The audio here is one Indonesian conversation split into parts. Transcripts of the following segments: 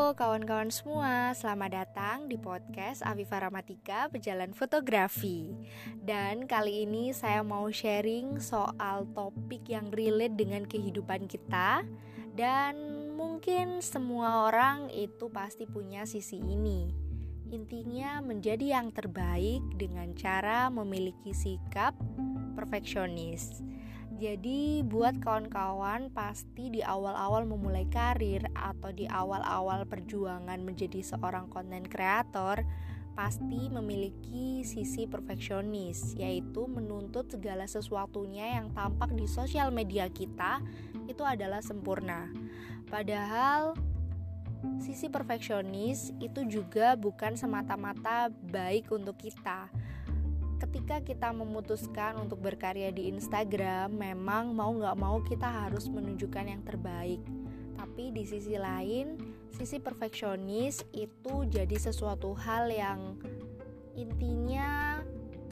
Halo kawan-kawan semua, selamat datang di podcast Afifa Ramatika Pejalan Fotografi. Dan kali ini saya mau sharing soal topik yang relate dengan kehidupan kita. Dan mungkin semua orang itu pasti punya sisi ini. Intinya menjadi yang terbaik dengan cara memiliki sikap perfeksionis. Jadi buat kawan-kawan pasti di awal-awal memulai karir atau di awal-awal perjuangan menjadi seorang content creator pasti memiliki sisi perfeksionis, yaitu menuntut segala sesuatunya yang tampak di sosial media kita itu adalah sempurna. Padahal sisi perfeksionis itu juga bukan semata-mata baik untuk kita. Ketika kita memutuskan untuk berkarya di Instagram, memang mau gak mau kita harus menunjukkan yang terbaik. Tapi di sisi lain, sisi perfeksionis itu jadi sesuatu hal yang intinya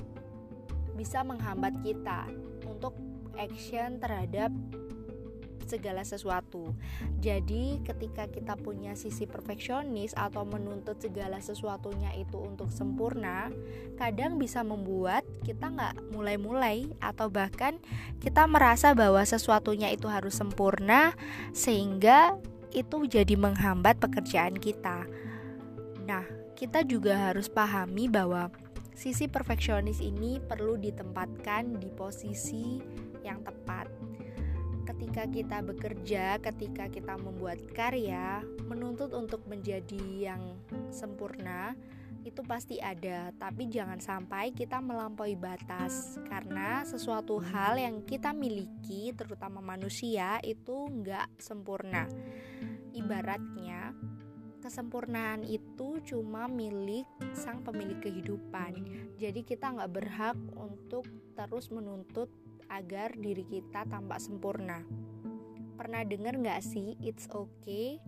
bisa menghambat kita untuk action terhadap segala sesuatu. Jadi ketika kita punya sisi perfeksionis atau menuntut segala sesuatunya itu untuk sempurna, kadang bisa membuat kita gak mulai-mulai atau bahkan kita merasa bahwa sesuatunya itu harus sempurna sehingga itu jadi menghambat pekerjaan kita. Nah, kita juga harus pahami bahwa sisi perfeksionis ini perlu ditempatkan di posisi yang tepat. Ketika kita bekerja, ketika kita membuat karya, menuntut untuk menjadi yang sempurna itu pasti ada, tapi jangan sampai kita melampaui batas, karena sesuatu hal yang kita miliki, terutama manusia, itu nggak sempurna. Ibaratnya, kesempurnaan itu cuma milik sang pemilik kehidupan. Jadi kita nggak berhak untuk terus menuntut agar diri kita tampak sempurna. Pernah dengar gak sih, it's okay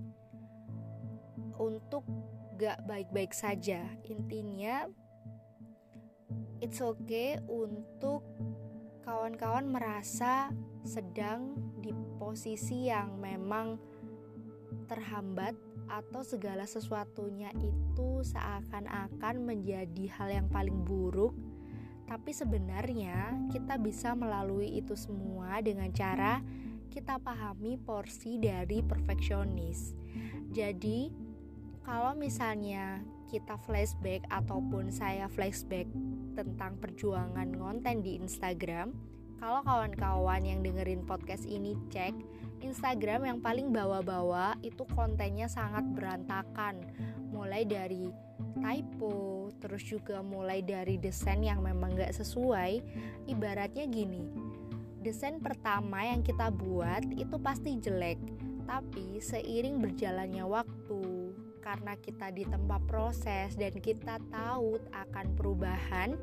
untuk gak baik-baik saja. Intinya, it's okay untuk kawan-kawan merasa sedang di posisi yang memang terhambat atau segala sesuatunya itu seakan-akan menjadi hal yang paling buruk. Tapi sebenarnya kita bisa melalui itu semua dengan cara kita pahami porsi dari perfeksionis. Jadi kalau misalnya kita flashback ataupun saya flashback tentang perjuangan konten di Instagram, kalau kawan-kawan yang dengerin podcast ini cek Instagram yang paling bawah-bawah itu kontennya sangat berantakan, mulai dari typo, terus juga mulai dari desain yang memang gak sesuai. Ibaratnya gini, desain pertama yang kita buat itu pasti jelek, tapi seiring berjalannya waktu, karena kita ditempa proses dan kita tahu akan perubahan,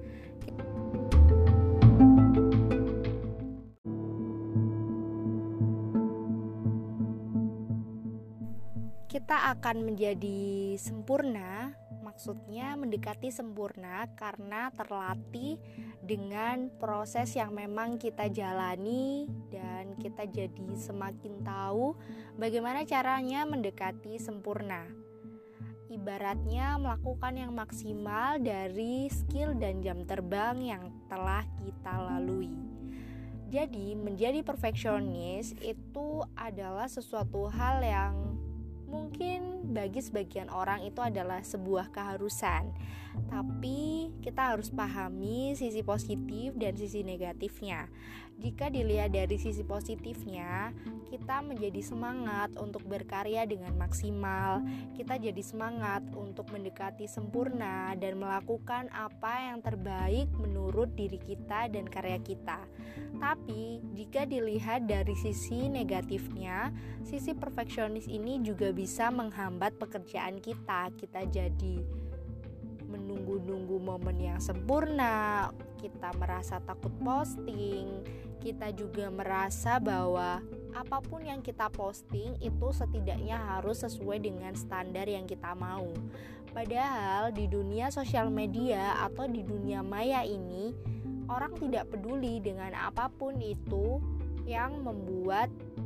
kita akan menjadi sempurna. Maksudnya mendekati sempurna karena terlatih dengan proses yang memang kita jalani dan kita jadi semakin tahu bagaimana caranya mendekati sempurna. Ibaratnya melakukan yang maksimal dari skill dan jam terbang yang telah kita lalui. Jadi menjadi perfeksionis itu adalah sesuatu hal yang mungkin bagi sebagian orang itu adalah sebuah keharusan. Tapi kita harus pahami sisi positif dan sisi negatifnya. Jika dilihat dari sisi positifnya, kita menjadi semangat untuk berkarya dengan maksimal. Kita jadi semangat untuk mendekati sempurna dan melakukan apa yang terbaik menurut diri kita dan karya kita. Tapi jika dilihat dari sisi negatifnya, sisi perfeksionis ini juga bisa menghambat pekerjaan kita. Kita jadi menunggu-nunggu momen yang sempurna, kita merasa takut posting, kita juga merasa bahwa apapun yang kita posting itu setidaknya harus sesuai dengan standar yang kita mau. Padahal di dunia sosial media atau di dunia maya ini, orang tidak peduli dengan apapun itu yang membuat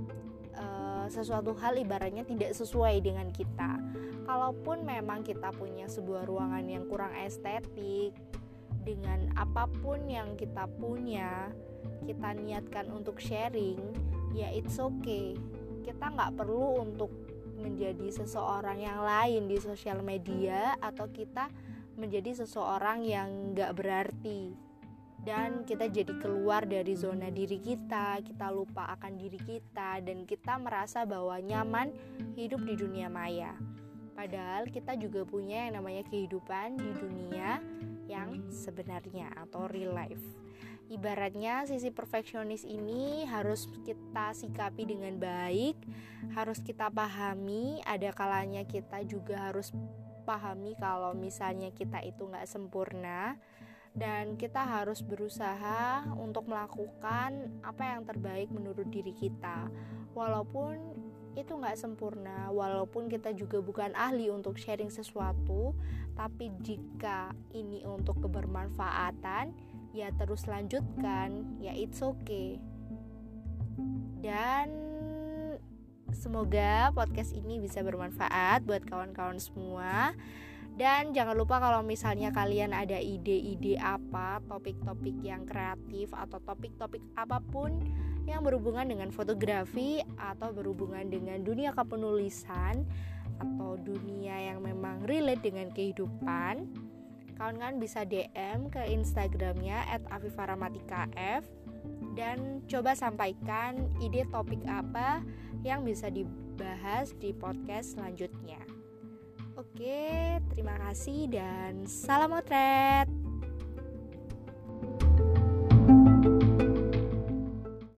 sesuatu hal ibaratnya tidak sesuai dengan kita. Kalaupun memang kita punya sebuah ruangan yang kurang estetik, dengan apapun yang kita punya, kita niatkan untuk sharing, ya it's okay. Kita nggak perlu untuk menjadi seseorang yang lain di sosial media, atau kita menjadi seseorang yang nggak berarti, dan kita jadi keluar dari zona diri kita lupa akan diri kita, dan kita merasa bahwa nyaman hidup di dunia maya. Padahal kita juga punya yang namanya kehidupan di dunia yang sebenarnya atau real life. Ibaratnya sisi perfeksionis ini harus kita sikapi dengan baik, harus kita pahami. Ada kalanya kita juga harus pahami kalau misalnya kita itu gak sempurna, dan kita harus berusaha untuk melakukan apa yang terbaik menurut diri kita, walaupun itu gak sempurna, walaupun kita juga bukan ahli untuk sharing sesuatu. Tapi jika ini untuk kebermanfaatan, ya terus lanjutkan, ya it's okay. Dan semoga podcast ini bisa bermanfaat buat kawan-kawan semua. Dan jangan lupa kalau misalnya kalian ada ide-ide apa, topik-topik yang kreatif atau topik-topik apapun yang berhubungan dengan fotografi atau berhubungan dengan dunia kepenulisan atau dunia yang memang relate dengan kehidupan, kawan-kawan bisa DM ke Instagramnya @avivaramatikaf dan coba sampaikan ide topik apa yang bisa dibahas di podcast selanjutnya. Oke, terima kasih dan salam motret.